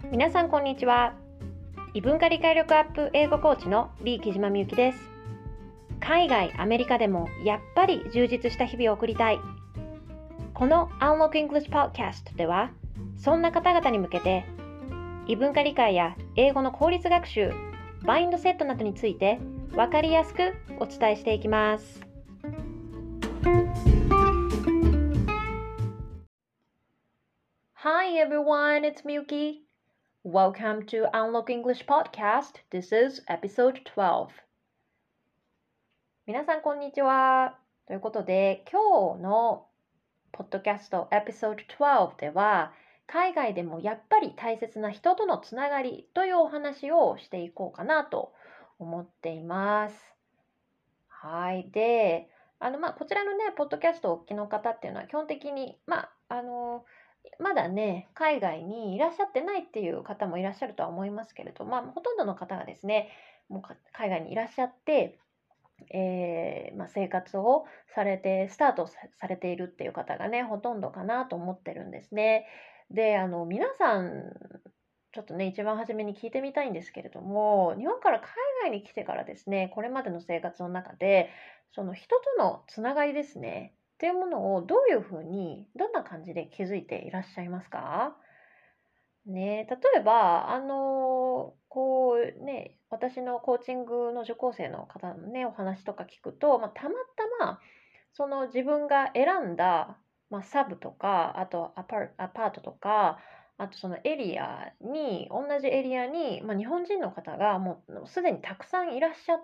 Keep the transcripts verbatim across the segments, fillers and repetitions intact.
皆さんこんにちは。異文化理解力アップ英語コーチのリー木島みゆきです。海外アメリカでもやっぱり充実した日々を送りたい。この Unlock English Podcast ではそんな方々に向けて異文化理解や英語の効率学習、マインドセットなどについて分かりやすくお伝えしていきます。Hi everyone, it's Miyuki.Welcome to Unlock English Podcast. This is episode twelve. 皆さんこんにちは。ということで、今日のポッドキャストエピソードtwelveでは、海外でもやっぱり大切な人とのつながりというお話をしていこうかなと思っています。はい。で、あのまあこちらのね、ポッドキャストをお聞きの方っていうのは基本的に、まあ、あの、まだね、海外にいらっしゃってないっていう方もいらっしゃるとは思いますけれど、まあ、ほとんどの方がですね、もう海外にいらっしゃって、えーまあ、生活をされて、スタートされているっていう方がね、ほとんどかなと思ってるんですね。で、あの、皆さん、ちょっとね、一番初めに聞いてみたいんですけれども、日本から海外に来てからですね、これまでの生活の中で、その人とのつながりですね、っていうものをどういうふうに、どんな感じで気づいていらっしゃいますか？ね、例えば、あの、こうね、私のコーチングの受講生の方のね、お話とか聞くと、まあ、たまたま、その自分が選んだ、まあ、サブとか、あとアパーアパートとか、あとそのエリアに、同じエリアに、まあ、日本人の方がもうすでにたくさんいらっしゃって、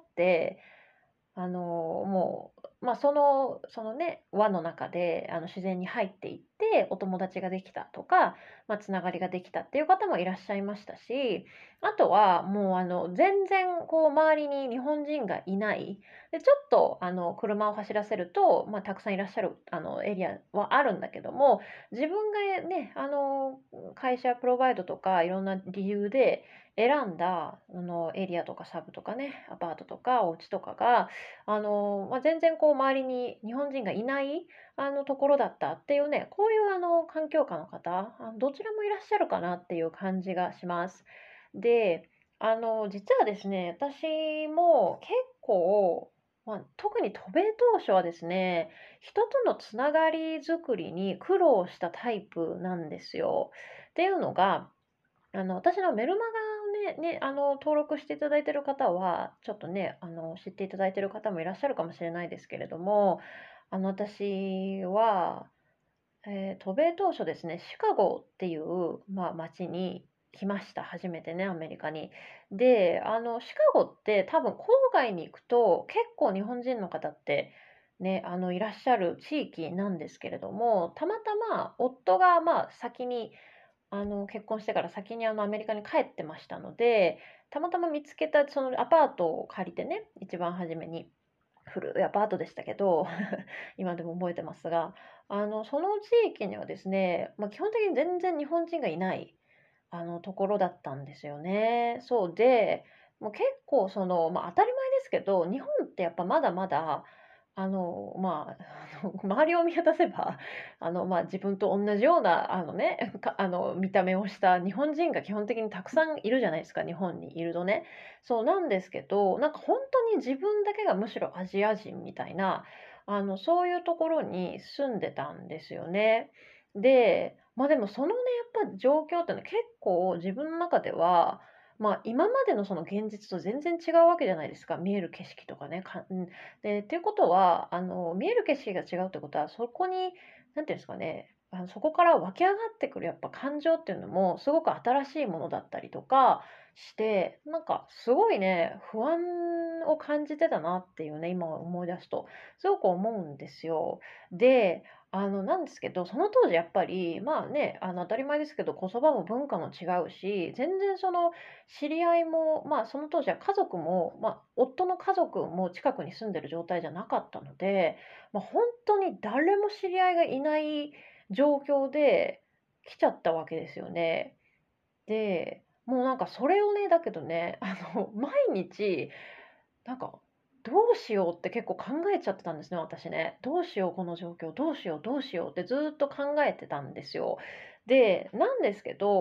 あの、もう、まあ、その、そのね、輪の中で、あの、自然に入っていって、お友達ができたとか、まあ、つながりができたっていう方もいらっしゃいましたし、あとは、もう、あの、全然、こう、周りに日本人がいない。で、ちょっと、あの、車を走らせると、まあ、たくさんいらっしゃる、あの、エリアはあるんだけども、自分がね、あの、会社プロバイドとか、いろんな理由で選んだ、あの、エリアとかサブとかね、アパートとか、お家とかが、あの、まあ、全然こう周りに日本人がいないあのところだったっていうね、こういうあの環境下の方、あのどちらもいらっしゃるかなっていう感じがします。で、あの、実はですね、私も結構、まあ、特に渡米当初はですね、人とのつながりづくりに苦労したタイプなんですよ。っていうのが、あの、私のメルマガをね、ね、あの、登録していただいている方は、ちょっとね、あの、知っていただいている方もいらっしゃるかもしれないですけれども、あの、私は、えー渡米当初ですね、シカゴっていう、まあ、町に来ました。初めてね、アメリカに。で、あの、シカゴって多分郊外に行くと結構日本人の方ってね、あの、いらっしゃる地域なんですけれども、たまたま夫がまあ先にあの、結婚してから先にあのアメリカに帰ってましたので、たまたま見つけたそのアパートを借りてね、一番初めに。古いアパートでしたけど、今でも覚えてますが、あの、その地域にはですね、まあ、基本的に全然日本人がいない、あの、ところだったんですよね。そうで、もう結構その、まあ、当たり前ですけど、日本ってやっぱまだまだ、あの、まあ、あの、周りを見渡せば、あの、まあ、自分と同じような、あのね、かあの、見た目をした日本人が基本的にたくさんいるじゃないですか、日本にいるとね。そうなんですけど、なんか本当に自分だけがむしろアジア人みたいな、あの、そういうところに住んでたんですよね。で、ま、でもそのね、やっぱ状況っていうのは結構自分の中では、ま、今までのその現実と全然違うわけじゃないですか。見える景色とかね、かうん。で、っていうことは、あの、見える景色が違うってことは、そこに、なんていうんですかね、あの、そこから湧き上がってくるやっぱ感情っていうのもすごく新しいものだったりとかして、なんかすごいね、不安を感じてたなっていうね、今思い出すと、すごく思うんですよ。で、あの、なんですけど、その当時やっぱり、まあね、あの、当たり前ですけど、言葉も文化も違うし、全然その、知り合いも、まあ、その当時は家族も、まあ、夫の家族も近くに住んでる状態じゃなかったので、まあ、本当に誰も知り合いがいない状況で来ちゃったわけですよね。で、もうなんかそれをね、だけどね、あの、毎日、なんか、どうしようって結構考えちゃってたんですね、私ね。どうしよう、この状況、どうしよう、どうしようってずーっと考えてたんですよ。で、なんですけど、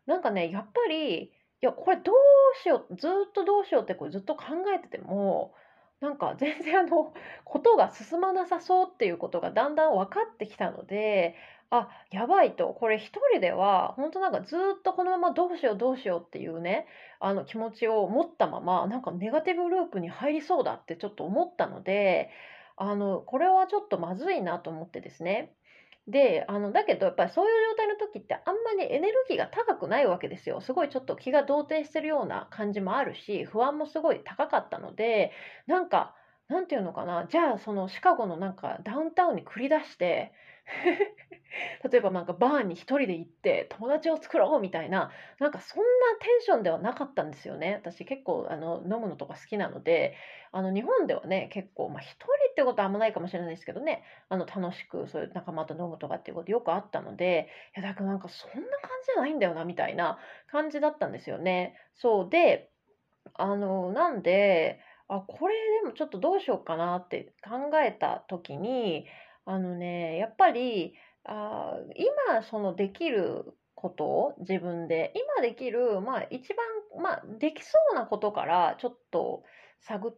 なんかね、やっぱり、いや、これどうしよう、ずーっとどうしようってこれずっと考えてても、なんか全然あの、ことが進まなさそうっていうことがだんだん分かってきたので、あ、やばいと、これ一人では、本当なんかずーっとこのままどうしようどうしようっていうね、あの気持ちを持ったまま、なんかネガティブループに入りそうだってちょっと思ったので、あの、これはちょっとまずいなと思ってですね。で、あの、だけどやっぱりそういう状態の時ってあんまりエネルギーが高くないわけですよ。すごいちょっと気が動転してるような感じもあるし、不安もすごい高かったので、なんか、なんていうのかな、じゃあそのシカゴのなんかダウンタウンに繰り出して、例えばなんかバーに一人で行って友達を作ろうみたいな、なんかそんなテンションではなかったんですよね。私結構あの飲むのとか好きなので、あの日本ではね、結構、まあ一人ってことはあんまないかもしれないですけどね、あの楽しくそういう仲間と飲むとかっていうことよくあったので、いやだからなんかそんな感じじゃないんだよなみたいな感じだったんですよね。そうで、あの、なんで、あ、これでもちょっとどうしようかなって考えた時に、あのね、やっぱり、あー今そのできることを自分で、今できる、まあ一番、まあできそうなことからちょっと探って、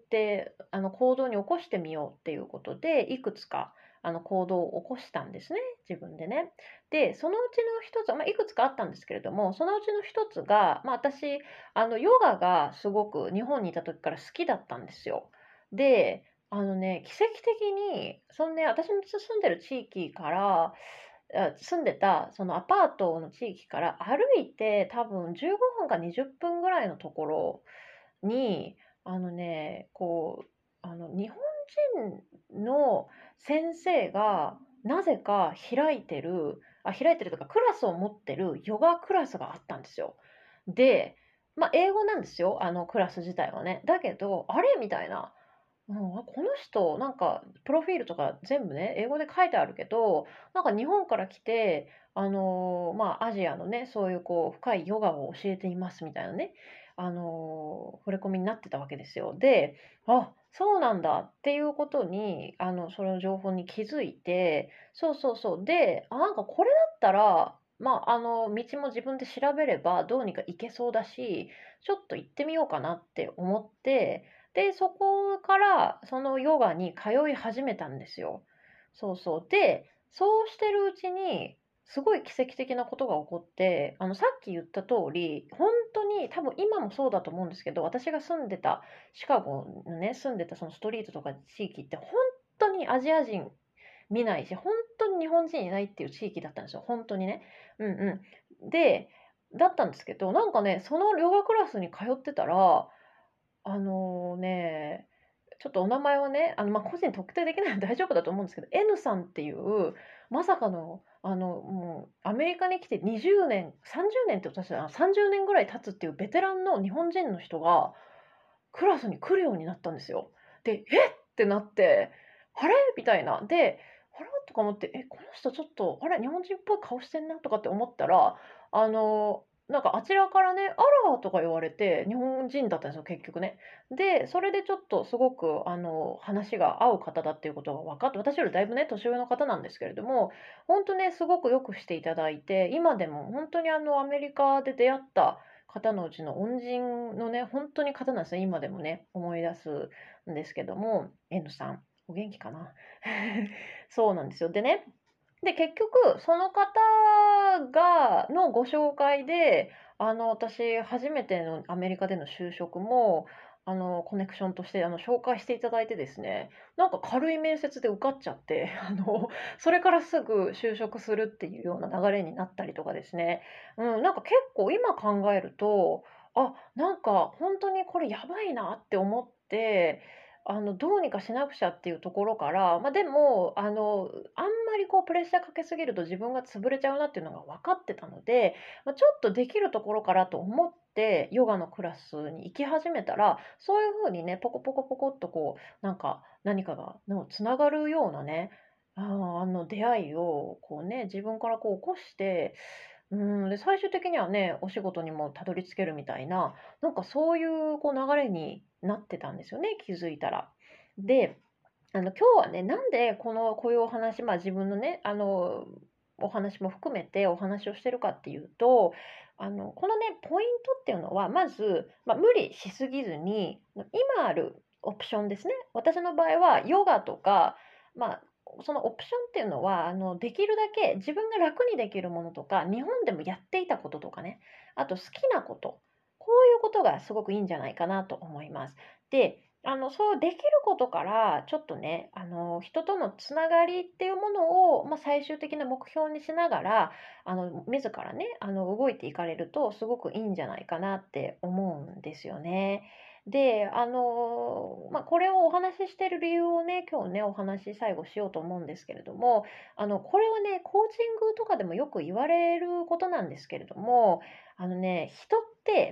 あの行動に起こしてみようっていうことで、いくつかあの行動を起こしたんですね、自分でね。で、そのうちの一つ、まあ、いくつかあったんですけれども、そのうちの一つが、まあ、私、あの、ヨガがすごく日本にいた時から好きだったんですよ。で、あのね、奇跡的に、そのね、私の住んでる地域から、あ住んでたそのアパートの地域から歩いて多分じゅうごふんかにじゅっぷんぐらいのところに、あのね、こう、あの、日本人の先生がなぜか開いてる、あ、開いてるとか、クラスを持ってるヨガクラスがあったんですよ。で、まあ、英語なんですよ、あのクラス自体はね。だけど、あれみたいな。うん、あ、この人、なんか、プロフィールとか全部ね、英語で書いてあるけど、なんか日本から来て、あの、まあ、アジアのね、そういうこう、深いヨガを教えていますみたいなね、あの、触れ込みになってたわけですよ。で、あ、そうなんだっていうことに、あの、その情報に気づいて、そうそうそう。で、あ、なんかこれだったら、まあ、あの、道も自分で調べればどうにか行けそうだし、ちょっと行ってみようかなって思って、で、そこからそのヨガに通い始めたんですよ。そうそう。で、そうしてるうちに、すごい奇跡的なことが起こって、あの、さっき言った通り、本当に多分今もそうだと思うんですけど、私が住んでたシカゴのね、住んでたそのストリートとか地域って本当にアジア人見ないし、本当に日本人いないっていう地域だったんですよ。本当にね。うんうん。で、だったんですけど、なんかね、そのヨガクラスに通ってたら、あのね、ちょっとお名前はね、あの、まあ、個人特定できないので大丈夫だと思うんですけど、N さんっていう、まさかの、あの、もうアメリカに来てにじゅうねん、さんじゅうねんって私はさんじゅうねんぐらい経つっていうベテランの日本人の人がクラスに来るようになったんですよ。で、えっってなって、あれみたいな。で、あれとか思って、え、この人ちょっと、あれ日本人っぽい顔してんなとかって思ったら、あの、なんかあちらからね、あらとか言われて、日本人だったんですよ、結局ね。で、それでちょっとすごく、あの、話が合う方だっていうことが分かって、私よりだいぶね、年上の方なんですけれども、本当ね、すごくよくしていただいて、今でも本当にあの、アメリカで出会った方のうちの恩人のね、本当に方なんですよ。今でもね、思い出すんですけども、N さん、お元気かなそうなんですよ。でね、で、結局、その方が、のご紹介で、あの、私、初めてのアメリカでの就職も、あの、コネクションとして、あの、紹介していただいてですね、なんか軽い面接で受かっちゃって、あの、それからすぐ就職するっていうような流れになったりとかですね、うん、なんか結構今考えると、あ、なんか本当にこれやばいなって思って、あの、どうにかしなくちゃっていうところから、ま、でも、あの、あんまりこうプレッシャーかけすぎると自分が潰れちゃうなっていうのが分かってたので、ま、ちょっとできるところからと思って、ヨガのクラスに行き始めたら、そういう風にね、ポコポコポコっとこう、なんか、何かがの繋がるようなね、ああ、あの出会いをこうね、自分からこう起こして、うん、で、最終的にはね、お仕事にもたどり着けるみたいな、なんかそういうこう流れになってたんですよね、気づいたら。で、あの今日はね、なんでこのこういうお話、まあ自分のね、あの、 お話も含めてお話をしてるかっていうと、あの、このね、ポイントっていうのは、まず、まあ、無理しすぎずに、今あるオプションですね。私の場合はヨガとか、まあ、そのオプションっていうのは、あの、できるだけ自分が楽にできるものとか、日本でもやっていたこととかね、あと好きなこと、こういうことがすごくいいんじゃないかなと思います。で、あの、そうできることから、ちょっとね、あの、人とのつながりっていうものを、まあ、最終的な目標にしながら、あの、自らね、あの、動いていかれると、すごくいいんじゃないかなって思うんですよね。で、あの、まあ、これをお話ししてる理由をね、今日ね、お話し最後しようと思うんですけれども、あの、これはね、コーチングとかでもよく言われることなんですけれども、あのね、人って、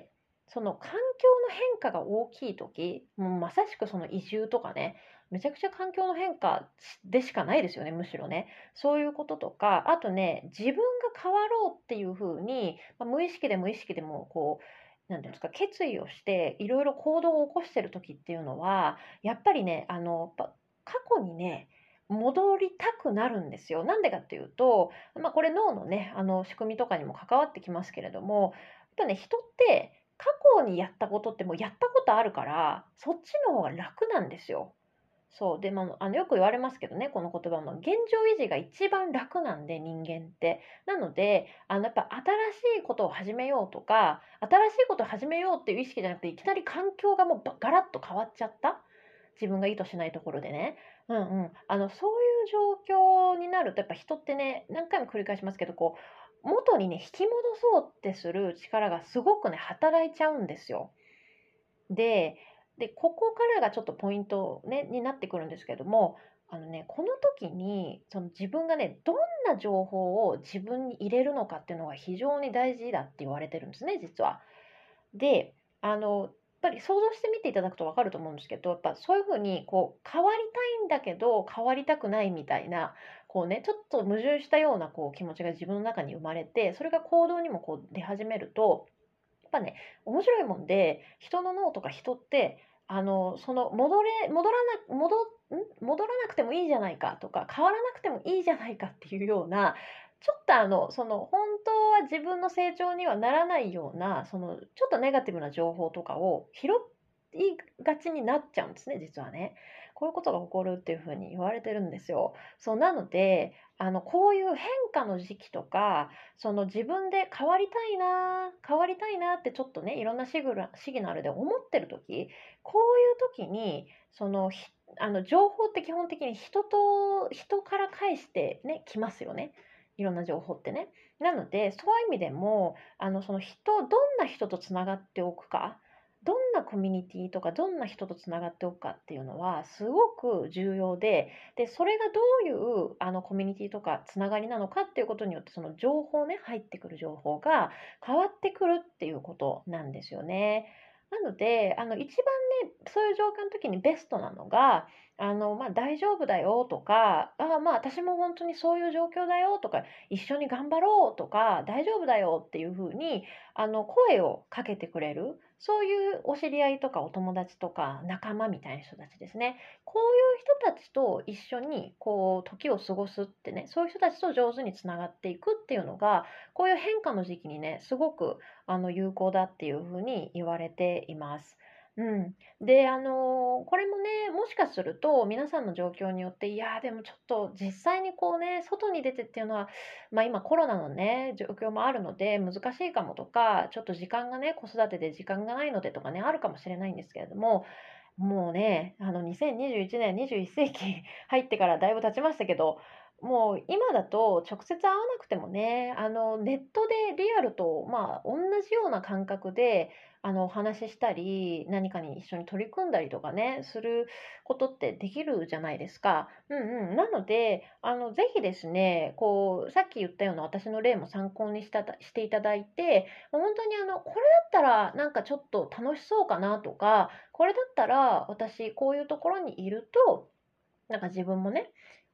その環境の変化が大きい時、もうまさしくその移住とかね、めちゃくちゃ環境の変化でしかないですよね、むしろね。そういうこととか、あとね、自分が変わろうっていう風に、まあ、無意識で無意識でもこう、なんていうんですか、決意をしていろいろ行動を起こしてる時っていうのは、やっぱりね、あの、やっぱ過去にね、戻りたくなるんですよ。なんでかっていうと、まあ、これ脳のね、あの仕組みとかにも関わってきますけれども、やっぱね、人って過去にやったことってもうやったことあるから、そっちの方が楽なんですよ。そう。で、まあ、あの、よく言われますけどね、この言葉も。現状維持が一番楽なんで、人間って。なので、あの、やっぱ新しいことを始めようとか、新しいことを始めようっていう意識じゃなくて、いきなり環境がもうばガラッと変わっちゃった。自分が意図しないところでね。うんうん。あの、そういう状況になると、やっぱ人ってね、何回も繰り返しますけど、こう、元にね、引き戻そうってする力がすごくね、働いちゃうんですよ。で、で、ここからがちょっとポイントね、になってくるんですけども、あのね、この時に、その自分がね、どんな情報を自分に入れるのかっていうのが非常に大事だって言われてるんですね、実は。で、あの、やっぱり想像してみていただくと分かると思うんですけど、やっぱそういう風にこう変わりたいんだけど、変わりたくないみたいな、こうね、ちょっと矛盾したようなこう気持ちが自分の中に生まれて、それが行動にもこう出始めると、やっぱね、面白いもんで、人の脳とか人って、あの、その戻れ戻らな戻ん戻らなくてもいいじゃないかとか、変わらなくてもいいじゃないかっていうような、ちょっとあの、その本当は自分の成長にはならないような、そのちょっとネガティブな情報とかを拾いがちになっちゃうんですね、実はね。こういうことが起こるっていう風に言われてるんですよ。そうなので、あの、こういう変化の時期とか、その自分で変わりたいな、変わりたいなってちょっとね、いろんなシグラシグナルで思ってる時、こういう時に、その、ひあの、情報って基本的に人と人から返してね、来ますよね。いろんな情報ってね。なので、そういう意味でも、あの、その人どんな人とつながっておくか、どんなコミュニティとか、どんな人とつながっておくかっていうのはすごく重要で、で、それがどういうあのコミュニティとかつながりなのかっていうことによって、その情報ね、入ってくる情報が変わってくるっていうことなんですよね。なので、あの一番ね、そういう状況の時にベストなのが、あの、まあ、大丈夫だよとか、ああ、まあ、私も本当にそういう状況だよとか、一緒に頑張ろうとか、大丈夫だよっていう風に、あの、声をかけてくれる、そういうお知り合いとかお友達とか仲間みたいな人たちですね。こういう人たちと一緒にこう時を過ごすってね、そういう人たちと上手につながっていくっていうのが、こういう変化の時期にね、すごくあの有効だっていうふうに言われています。うん。で、あの、これもね、もしかすると皆さんの状況によって、いやーでもちょっと実際にこうね、外に出てっていうのは、ま、今コロナのね、状況もあるので難しいかもとか、ちょっと時間がね、子育てで時間がないのでとかね、あるかもしれないんですけれども、もうね、あの、にせんにじゅういちねん、にじゅういっ世紀入ってからだいぶ経ちましたけど、もう今だと直接会わなくてもね、あの、ネットでリアルと、まあ、同じような感覚で、あの、お話ししたり、何かに一緒に取り組んだりとかね、することってできるじゃないですか。うんうん。なので、あの、ぜひですね、こう、さっき言ったような私の例も参考にしたたしていただいて、もう本当にあの、これだったらなんかちょっと楽しそうかなとか、これだったら私こういうところにいると、なんか自分もね、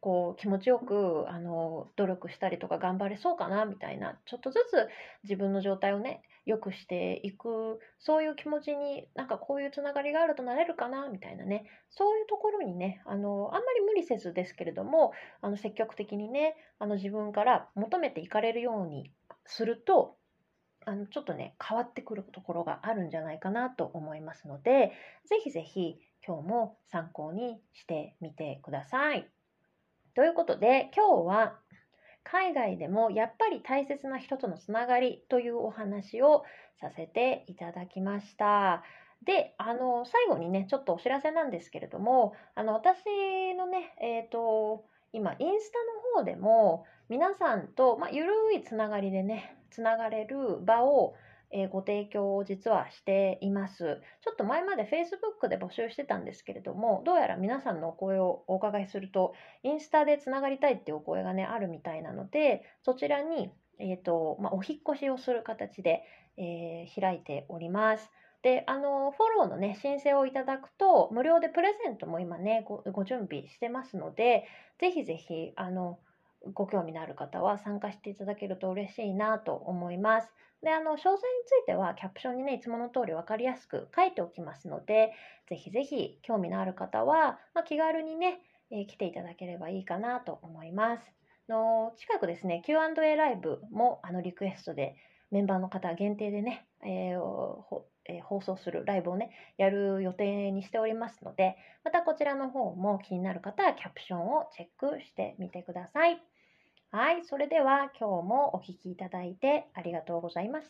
こう気持ちよくあの努力したりとか頑張れそうかなみたいな、ちょっとずつ自分の状態をね良くしていく、そういう気持ちに、なんかこういうつながりがあるとなれるかなみたいなね、そういうところにね、あのあんまり無理せずですけれども、あの積極的にね、あの自分から求めていかれるようにすると、あのちょっとね変わってくるところがあるんじゃないかなと思いますので、ぜひぜひ今日も参考にしてみてください。ということで、今日は海外でもやっぱり大切な人とのつながりというお話をさせていただきました。で、あの最後にねちょっとお知らせなんですけれども、あの私のね、えっと今インスタの方でも皆さんと、まあ、ゆるいつながりでねつながれる場をえーご提供を実はしています。ちょっと前まで Facebook で募集してたんですけれども、どうやら皆さんのお声をお伺いすると、インスタでつながりたいっていうお声がね、あるみたいなので、そちらに、えーとまあ、お引っ越しをする形で、えー開いております。で、あの、フォローのね、申請をいただくと、無料でプレゼントも今ね、ご、ご準備してますので、ぜひぜひ、あの、ご興味のある方は参加していただけると嬉しいなと思います。で、あの、詳細についてはキャプションにね、いつもの通り分かりやすく書いておきますので、ぜひぜひ興味のある方は、まあ、気軽にね、えー来ていただければいいかなと思います。の近くですね、キューアンドエー ライブもあのリクエストでメンバーの方限定でね、えーほえー放送するライブをね、やる予定にしておりますので、またこちらの方も気になる方はキャプションをチェックしてみてください。はい、それでは今日もお聞きいただいてありがとうございました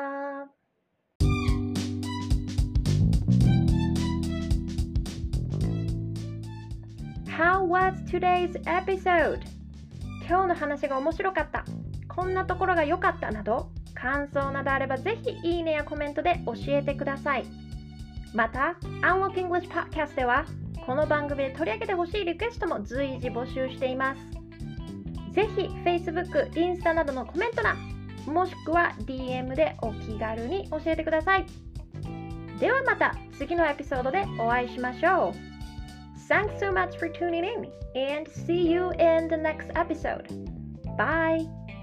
。How was today's episode? 今日の話が面白かった、こんなところが良かったなど、感想などあればぜひいいねやコメントで教えてください。また、Unlock English Podcast ではこの番組で取り上げてほしいリクエストも随時募集しています。ぜひ Facebook、インスタなどのコメント欄、もしくは ディーエム でお気軽に教えてください。ではまた次のエピソードでお会いしましょう。Thanks so much for tuning in and see you in the next episode. Bye!